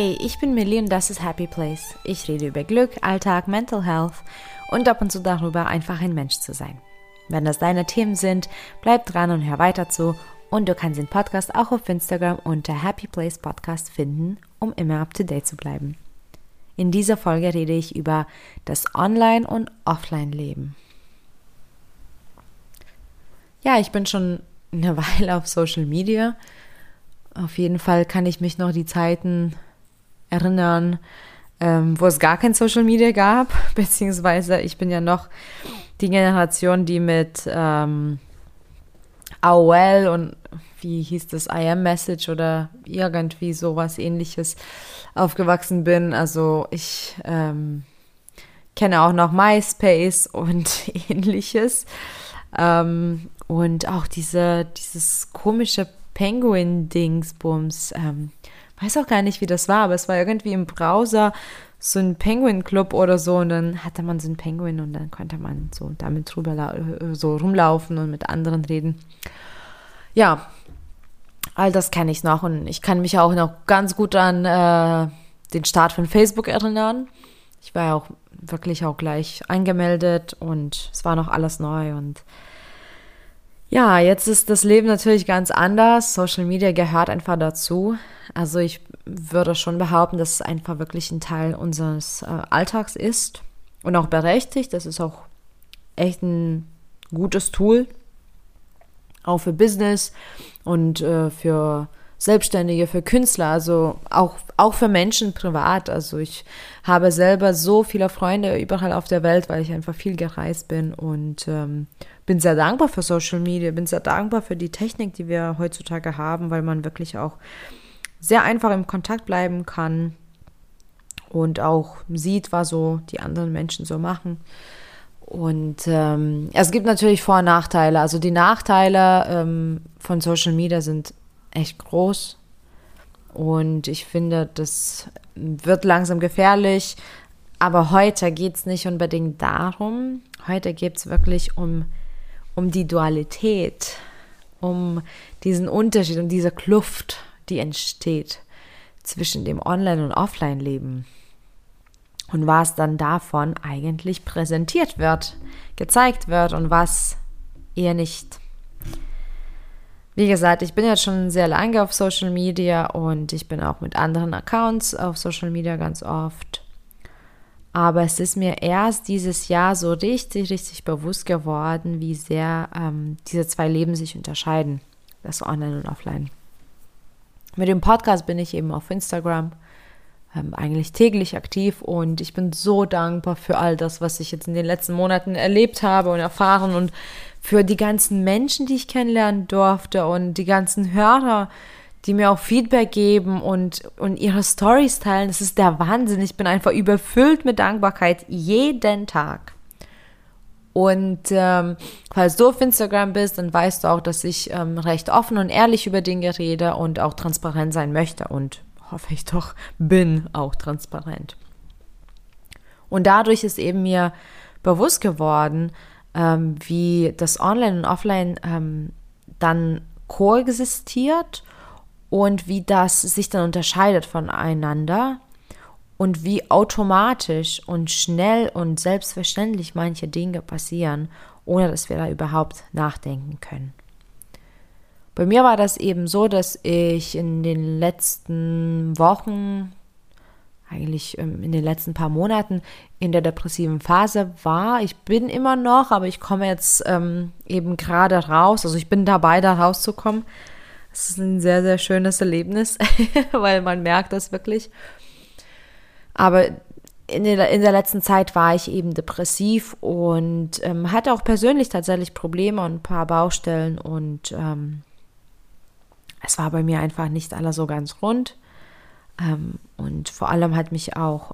Hi, ich bin Millie und das ist Happy Place. Ich rede über Glück, Alltag, Mental Health und ab und zu darüber, einfach ein Mensch zu sein. Wenn das deine Themen sind, bleib dran und hör weiter zu. Und du kannst den Podcast auch auf Instagram unter Happy Place Podcast finden, um immer up to date zu bleiben. In dieser Folge rede ich über das Online- und Offline-Leben. Ja, ich bin schon eine Weile auf Social Media. Auf jeden Fall kann ich mich noch die Zeiten erinnern, wo es gar kein Social Media gab, beziehungsweise ich bin ja noch die Generation, die mit AOL und wie hieß das, iMessage oder irgendwie sowas Ähnliches aufgewachsen bin. Also ich kenne auch noch MySpace und Ähnliches. Und auch dieses komische Penguin-Dingsbums. Weiß auch gar nicht, wie das war, aber es war irgendwie im Browser so ein Penguin-Club oder so und dann hatte man so einen Penguin und dann konnte man so damit so rumlaufen und mit anderen reden. Ja, all das kenne ich noch und ich kann mich auch noch ganz gut an den Start von Facebook erinnern. Ich war ja auch wirklich auch gleich angemeldet und es war noch alles neu und ja, jetzt ist das Leben natürlich ganz anders. Social Media gehört einfach dazu. Also ich würde schon behaupten, dass es einfach wirklich ein Teil unseres Alltags ist und auch berechtigt. Das ist auch echt ein gutes Tool, auch für Business und für Selbstständige, für Künstler, also auch für Menschen privat. Also ich habe selber so viele Freunde überall auf der Welt, weil ich einfach viel gereist bin und bin sehr dankbar für Social Media, bin sehr dankbar für die Technik, die wir heutzutage haben, weil man wirklich auch sehr einfach im Kontakt bleiben kann und auch sieht, was so die anderen Menschen so machen. Und es gibt natürlich Vor- und Nachteile. Also die Nachteile von Social Media sind echt groß und ich finde, das wird langsam gefährlich, aber heute geht es nicht unbedingt darum. Heute geht es wirklich um die Dualität, um diesen Unterschied und diese Kluft, die entsteht zwischen dem Online- und Offline-Leben und was dann davon eigentlich präsentiert wird, gezeigt wird und was eher nicht. Wie gesagt, ich bin jetzt schon sehr lange auf Social Media und ich bin auch mit anderen Accounts auf Social Media ganz oft. Aber es ist mir erst dieses Jahr so richtig bewusst geworden, wie sehr diese zwei Leben sich unterscheiden, das Online und Offline. Mit dem Podcast bin ich eben auf Instagram eigentlich täglich aktiv und ich bin so dankbar für all das, was ich jetzt in den letzten Monaten erlebt habe und erfahren und für die ganzen Menschen, die ich kennenlernen durfte und die ganzen Hörer, die mir auch Feedback geben und ihre Storys teilen. Das ist der Wahnsinn. Ich bin einfach überfüllt mit Dankbarkeit jeden Tag. Und falls du auf Instagram bist, dann weißt du auch, dass ich recht offen und ehrlich über Dinge rede und auch transparent sein möchte und hoffe ich doch, bin auch transparent. Und dadurch ist eben mir bewusst geworden, wie das Online und Offline dann koexistiert und wie das sich dann unterscheidet voneinander und wie automatisch und schnell und selbstverständlich manche Dinge passieren, ohne dass wir da überhaupt nachdenken können. Bei mir war das eben so, dass ich in den letzten Wochen, eigentlich in den letzten paar Monaten in der depressiven Phase war. Ich bin immer noch, aber ich komme jetzt eben gerade raus. Also ich bin dabei, da rauszukommen. Es ist ein sehr, sehr schönes Erlebnis, weil man merkt das wirklich. Aber in der letzten Zeit war ich eben depressiv und hatte auch persönlich tatsächlich Probleme und ein paar Baustellen und es war bei mir einfach nicht alles so ganz rund. Und vor allem hat mich auch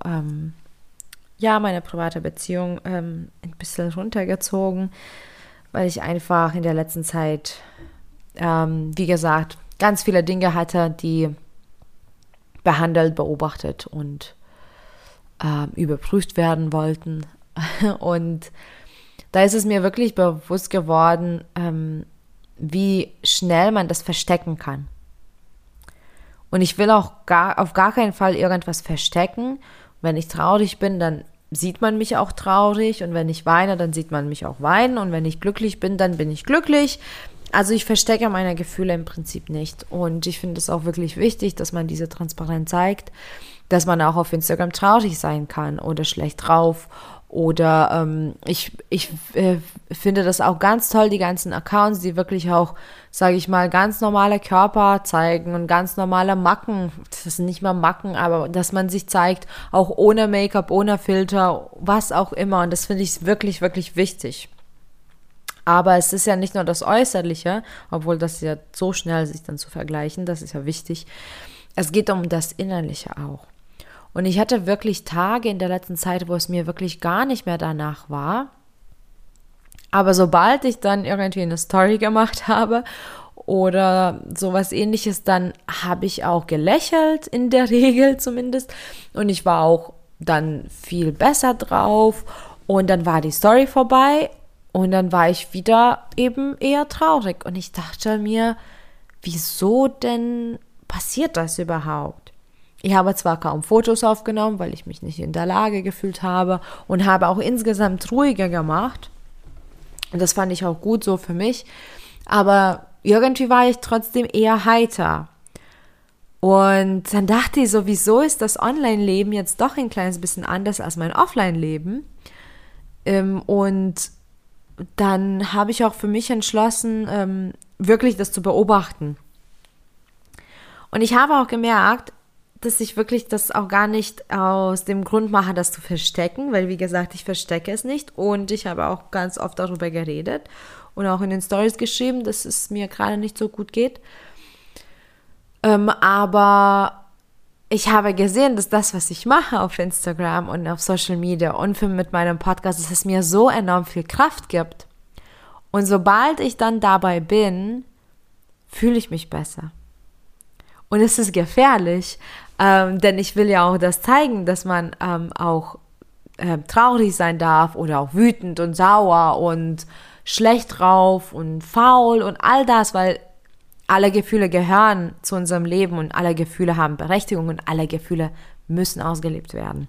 meine private Beziehung ein bisschen runtergezogen, weil ich einfach in der letzten Zeit, wie gesagt, ganz viele Dinge hatte, die behandelt, beobachtet und überprüft werden wollten. Und da ist es mir wirklich bewusst geworden, wie schnell man das verstecken kann. Und ich will auch auf gar keinen Fall irgendwas verstecken. Wenn ich traurig bin, dann sieht man mich auch traurig. Und wenn ich weine, dann sieht man mich auch weinen. Und wenn ich glücklich bin, dann bin ich glücklich. Also ich verstecke meine Gefühle im Prinzip nicht. Und ich finde es auch wirklich wichtig, dass man diese Transparenz zeigt, dass man auch auf Instagram traurig sein kann oder schlecht drauf. Oder ich finde das auch ganz toll, die ganzen Accounts, die wirklich auch, sage ich mal, ganz normale Körper zeigen und ganz normale Macken. Das sind nicht mal Macken, aber dass man sich zeigt, auch ohne Make-up, ohne Filter, was auch immer. Und das finde ich wirklich, wirklich wichtig. Aber es ist ja nicht nur das Äußerliche, obwohl das ja so schnell sich dann zu vergleichen, das ist ja wichtig. Es geht um das Innerliche auch. Und ich hatte wirklich Tage in der letzten Zeit, wo es mir wirklich gar nicht mehr danach war. Aber sobald ich dann irgendwie eine Story gemacht habe oder sowas Ähnliches, dann habe ich auch gelächelt, in der Regel zumindest. Und ich war auch dann viel besser drauf. Und dann war die Story vorbei und dann war ich wieder eben eher traurig. Und ich dachte mir, wieso denn passiert das überhaupt? Ich habe zwar kaum Fotos aufgenommen, weil ich mich nicht in der Lage gefühlt habe und habe auch insgesamt ruhiger gemacht. Und das fand ich auch gut so für mich. Aber irgendwie war ich trotzdem eher heiter. Und dann dachte ich so, wieso ist das Online-Leben jetzt doch ein kleines bisschen anders als mein Offline-Leben? Und dann habe ich auch für mich entschlossen, wirklich das zu beobachten. Und ich habe auch gemerkt, dass ich wirklich das auch gar nicht aus dem Grund mache, das zu verstecken, weil wie gesagt, ich verstecke es nicht und ich habe auch ganz oft darüber geredet und auch in den Stories geschrieben, dass es mir gerade nicht so gut geht. Aber ich habe gesehen, dass das, was ich mache auf Instagram und auf Social Media und mit meinem Podcast, dass es mir so enorm viel Kraft gibt. Und sobald ich dann dabei bin, fühle ich mich besser. Und es ist gefährlich, denn ich will ja auch das zeigen, dass man auch traurig sein darf oder auch wütend und sauer und schlecht drauf und faul und all das, weil alle Gefühle gehören zu unserem Leben und alle Gefühle haben Berechtigung und alle Gefühle müssen ausgelebt werden.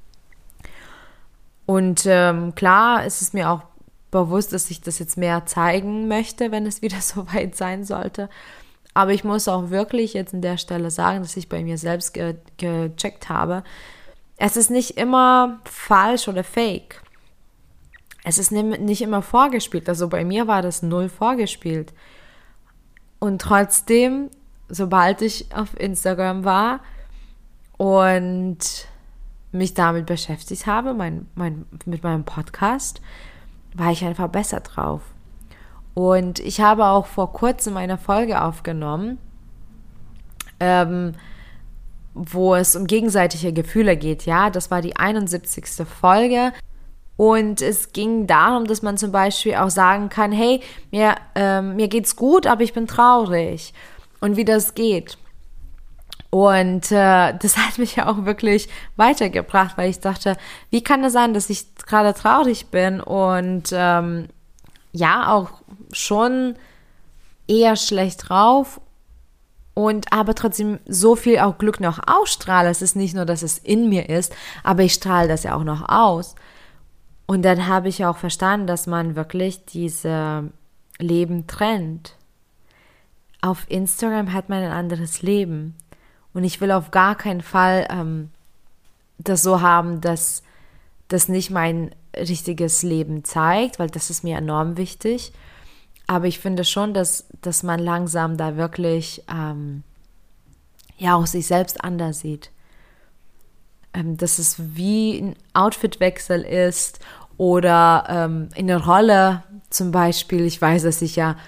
Und klar ist es mir auch bewusst, dass ich das jetzt mehr zeigen möchte, wenn es wieder so weit sein sollte. Aber ich muss auch wirklich jetzt an der Stelle sagen, dass ich bei mir selbst gecheckt habe, es ist nicht immer falsch oder fake. Es ist nicht immer vorgespielt. Also bei mir war das 0 vorgespielt. Und trotzdem, sobald ich auf Instagram war und mich damit beschäftigt habe, mit meinem Podcast, war ich einfach besser drauf. Und ich habe auch vor kurzem eine Folge aufgenommen, wo es um gegenseitige Gefühle geht. Ja, das war die 71. Folge. Und es ging darum, dass man zum Beispiel auch sagen kann, hey, mir geht's gut, aber ich bin traurig. Und wie das geht. Und das hat mich ja auch wirklich weitergebracht, weil ich dachte, wie kann es sein, dass ich gerade traurig bin und ja, auch schon eher schlecht drauf und aber trotzdem so viel auch Glück noch ausstrahle. Es ist nicht nur, dass es in mir ist, aber ich strahle das ja auch noch aus. Und dann habe ich auch verstanden, dass man wirklich diese Leben trennt. Auf Instagram hat man ein anderes Leben. Und ich will auf gar keinen Fall das so haben, dass das nicht mein richtiges Leben zeigt, weil das ist mir enorm wichtig. Aber ich finde schon, dass man langsam da wirklich ja auch sich selbst anders sieht. Dass es wie ein Outfitwechsel ist oder in der Rolle zum Beispiel. Ich weiß, dass ich ja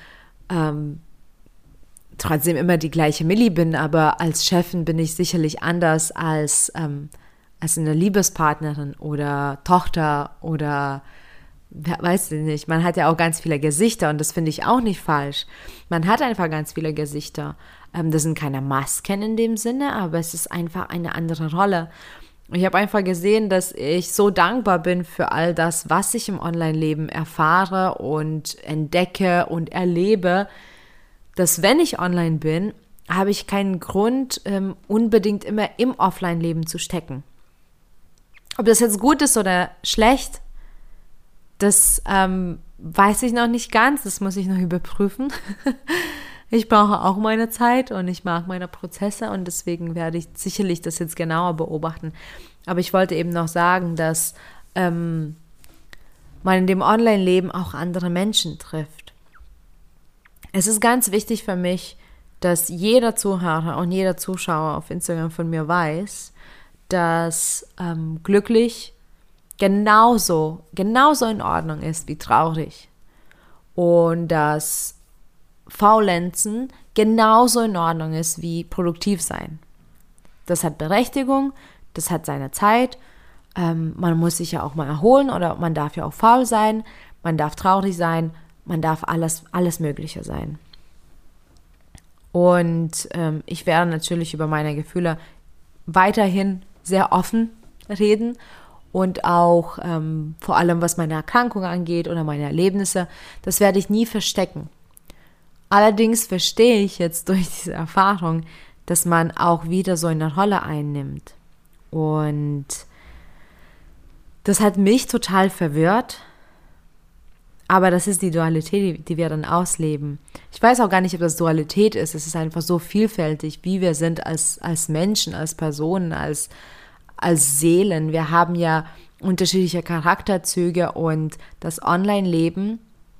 trotzdem immer die gleiche Millie bin, aber als Chefin bin ich sicherlich anders als eine Liebespartnerin oder Tochter oder weiß ich nicht. Man hat ja auch ganz viele Gesichter und das finde ich auch nicht falsch. Man hat einfach ganz viele Gesichter. Das sind keine Masken in dem Sinne, aber es ist einfach eine andere Rolle. Ich habe einfach gesehen, dass ich so dankbar bin für all das, was ich im Online-Leben erfahre und entdecke und erlebe, dass wenn ich online bin, habe ich keinen Grund, unbedingt immer im Offline-Leben zu stecken. Ob das jetzt gut ist oder schlecht, das weiß ich noch nicht ganz, das muss ich noch überprüfen. Ich brauche auch meine Zeit und ich mag meine Prozesse und deswegen werde ich sicherlich das jetzt genauer beobachten. Aber ich wollte eben noch sagen, dass man in dem Online-Leben auch andere Menschen trifft. Es ist ganz wichtig für mich, dass jeder Zuhörer und jeder Zuschauer auf Instagram von mir weiß, dass glücklich genauso in Ordnung ist wie traurig. Und dass Faulenzen genauso in Ordnung ist wie produktiv sein. Das hat Berechtigung, das hat seine Zeit. Man muss sich ja auch mal erholen oder man darf ja auch faul sein, man darf traurig sein, man darf alles Mögliche sein. Und ich werde natürlich über meine Gefühle weiterhin sehr offen reden und auch vor allem, was meine Erkrankung angeht oder meine Erlebnisse, das werde ich nie verstecken. Allerdings verstehe ich jetzt durch diese Erfahrung, dass man auch wieder so eine Rolle einnimmt. Und das hat mich total verwirrt. Aber das ist die Dualität, die wir dann ausleben. Ich weiß auch gar nicht, ob das Dualität ist. Es ist einfach so vielfältig, wie wir sind als Menschen, als Personen, als Seelen. Wir haben ja unterschiedliche Charakterzüge und das Online-Leben,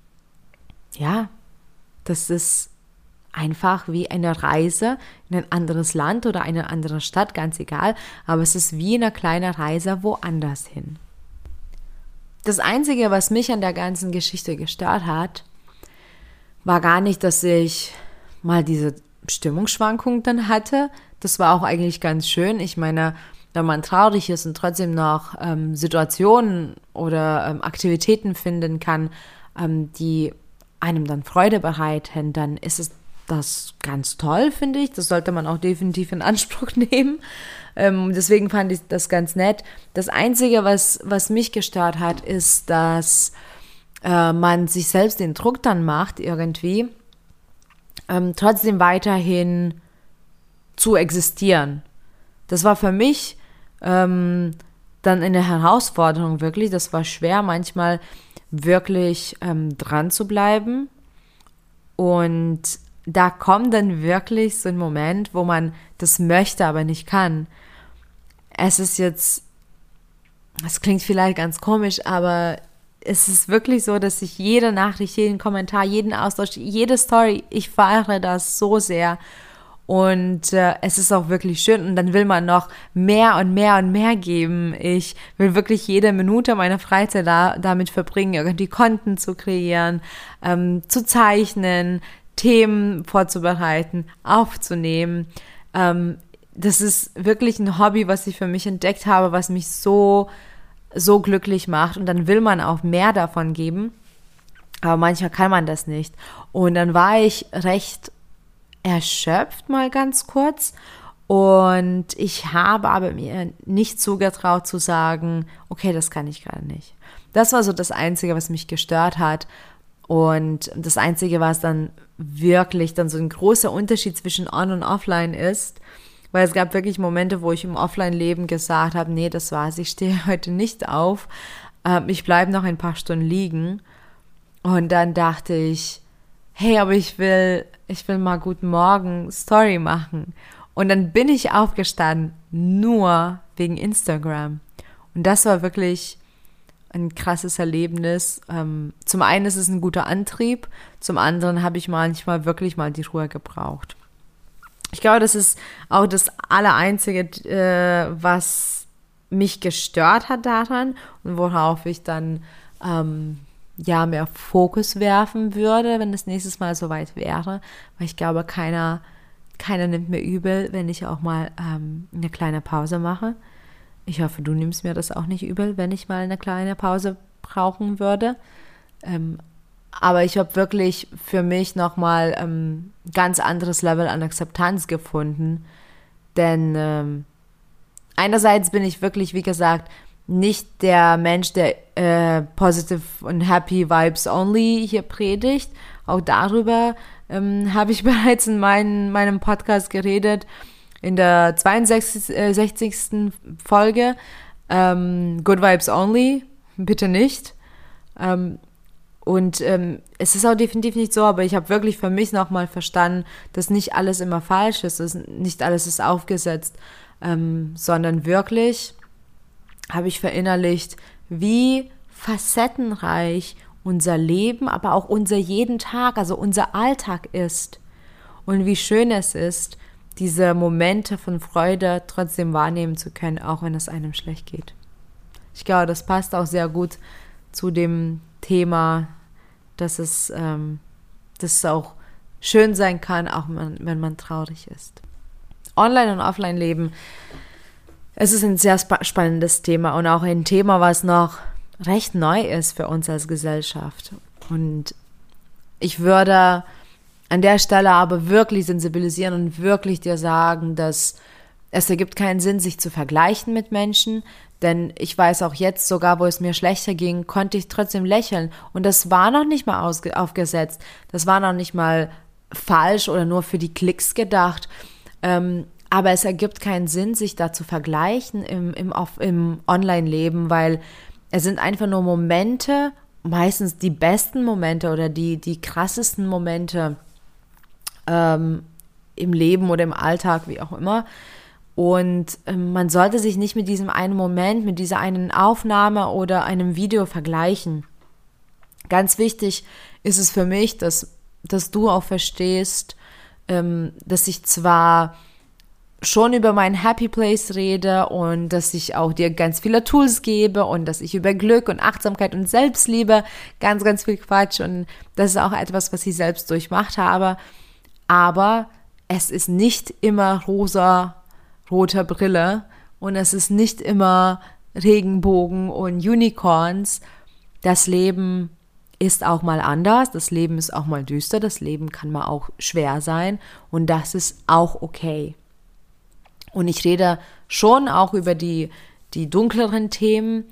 ja, das ist einfach wie eine Reise in ein anderes Land oder eine andere Stadt, ganz egal. Aber es ist wie eine kleine Reise woanders hin. Das Einzige, was mich an der ganzen Geschichte gestört hat, war gar nicht, dass ich mal diese Stimmungsschwankung dann hatte. Das war auch eigentlich ganz schön. Ich meine, wenn man traurig ist und trotzdem noch Situationen oder Aktivitäten finden kann, die einem dann Freude bereiten, dann ist es das ganz toll, finde ich. Das sollte man auch definitiv in Anspruch nehmen. Deswegen fand ich das ganz nett. Das Einzige, was mich gestört hat, ist, dass man sich selbst den Druck dann macht, irgendwie, trotzdem weiterhin zu existieren. Das war für mich dann eine Herausforderung, wirklich. Das war schwer, manchmal wirklich dran zu bleiben. Und da kommt dann wirklich so ein Moment, wo man das möchte, aber nicht kann. Es klingt vielleicht ganz komisch, aber es ist wirklich so, dass ich jede Nachricht, jeden Kommentar, jeden Austausch, jede Story, ich feiere das so sehr. Und es ist auch wirklich schön und dann will man noch mehr und mehr und mehr geben. Ich will wirklich jede Minute meiner Freizeit damit verbringen, irgendwie Content zu kreieren, zu zeichnen, Themen vorzubereiten, aufzunehmen. Das ist wirklich ein Hobby, was ich für mich entdeckt habe, was mich so glücklich macht. Und dann will man auch mehr davon geben, aber manchmal kann man das nicht. Und dann war ich recht erschöpft mal ganz kurz und ich habe aber mir nicht zugetraut zu sagen, okay, das kann ich gerade nicht. Das war so das Einzige, was mich gestört hat und das Einzige, was dann wirklich dann so ein großer Unterschied zwischen On und Offline ist, weil es gab wirklich Momente, wo ich im Offline-Leben gesagt habe, nee, das war's, ich stehe heute nicht auf, ich bleibe noch ein paar Stunden liegen und dann dachte ich, hey, aber ich will mal Guten Morgen Story machen. Und dann bin ich aufgestanden, nur wegen Instagram. Und das war wirklich ein krasses Erlebnis. Zum einen ist es ein guter Antrieb, zum anderen habe ich manchmal wirklich mal die Ruhe gebraucht. Ich glaube, das ist auch das Allereinzige, was mich gestört hat daran und worauf ich dann mehr Fokus werfen würde, wenn es nächstes Mal soweit wäre, weil ich glaube, keiner nimmt mir übel, wenn ich auch mal eine kleine Pause mache. Ich hoffe, du nimmst mir das auch nicht übel, wenn ich mal eine kleine Pause brauchen würde. Aber ich habe wirklich für mich nochmal ganz anderes Level an Akzeptanz gefunden, denn einerseits bin ich wirklich, wie gesagt, nicht der Mensch, der positive und happy vibes only hier predigt. Auch darüber habe ich bereits in meinem Podcast geredet, in der 62. Folge. Good Vibes Only, bitte nicht. Es ist auch definitiv nicht so, aber ich habe wirklich für mich nochmal verstanden, dass nicht alles immer falsch ist, dass nicht alles ist aufgesetzt, sondern wirklich habe ich verinnerlicht, wie facettenreich unser Leben, aber auch unser jeden Tag, also unser Alltag ist. Und wie schön es ist, diese Momente von Freude trotzdem wahrnehmen zu können, auch wenn es einem schlecht geht. Ich glaube, das passt auch sehr gut zu dem Thema, dass es auch schön sein kann, auch wenn man traurig ist. Online- und Offline-Leben, es ist ein sehr spannendes Thema und auch ein Thema, was noch recht neu ist für uns als Gesellschaft. Und ich würde an der Stelle aber wirklich sensibilisieren und wirklich dir sagen, dass es ergibt keinen Sinn, sich zu vergleichen mit Menschen, denn ich weiß auch jetzt, sogar wo es mir schlechter ging, konnte ich trotzdem lächeln. Und das war noch nicht mal aufgesetzt, das war noch nicht mal falsch oder nur für die Klicks gedacht. Aber es ergibt keinen Sinn, sich da zu vergleichen im Online-Leben, weil es sind einfach nur Momente, meistens die besten Momente oder die krassesten Momente im Leben oder im Alltag, wie auch immer. Und man sollte sich nicht mit diesem einen Moment, mit dieser einen Aufnahme oder einem Video vergleichen. Ganz wichtig ist es für mich, dass du auch verstehst, dass ich zwar schon über mein Happy Place rede und dass ich auch dir ganz viele Tools gebe und dass ich über Glück und Achtsamkeit und Selbstliebe ganz, ganz viel Quatsch, und das ist auch etwas, was ich selbst durchmacht habe. Aber es ist nicht immer rosa-roter Brille und es ist nicht immer Regenbogen und Unicorns. Das Leben ist auch mal anders, das Leben ist auch mal düster, das Leben kann mal auch schwer sein und das ist auch okay. Und ich rede schon auch über die dunkleren Themen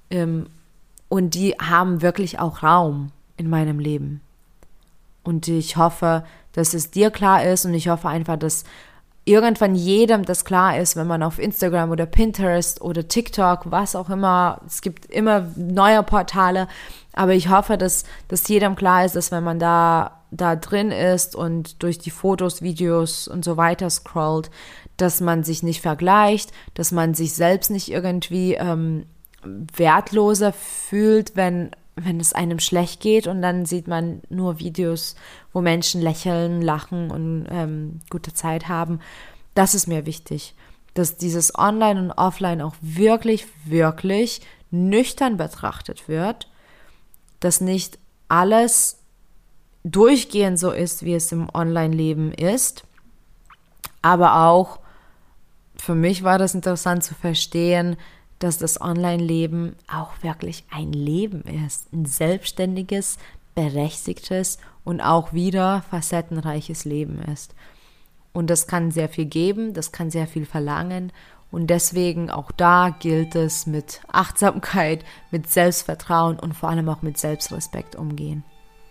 und die haben wirklich auch Raum in meinem Leben. Und ich hoffe, dass es dir klar ist und ich hoffe einfach, dass irgendwann jedem das klar ist, wenn man auf Instagram oder Pinterest oder TikTok, was auch immer, es gibt immer neue Portale, aber ich hoffe, dass jedem klar ist, dass wenn man da drin ist und durch die Fotos, Videos und so weiter scrollt, dass man sich nicht vergleicht, dass man sich selbst nicht irgendwie wertloser fühlt, wenn es einem schlecht geht und dann sieht man nur Videos, wo Menschen lächeln, lachen und gute Zeit haben. Das ist mir wichtig, dass dieses Online und Offline auch wirklich, wirklich nüchtern betrachtet wird, dass nicht alles durchgehend so ist, wie es im Online-Leben ist, aber auch für mich war das interessant zu verstehen, dass das Online-Leben auch wirklich ein Leben ist, ein selbstständiges, berechtigtes und auch wieder facettenreiches Leben ist. Und das kann sehr viel geben, das kann sehr viel verlangen und deswegen auch da gilt es mit Achtsamkeit, mit Selbstvertrauen und vor allem auch mit Selbstrespekt umgehen.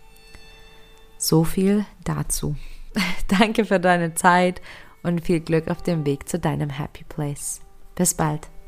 So viel dazu. Danke für deine Zeit und viel Glück auf dem Weg zu deinem Happy Place. Bis bald.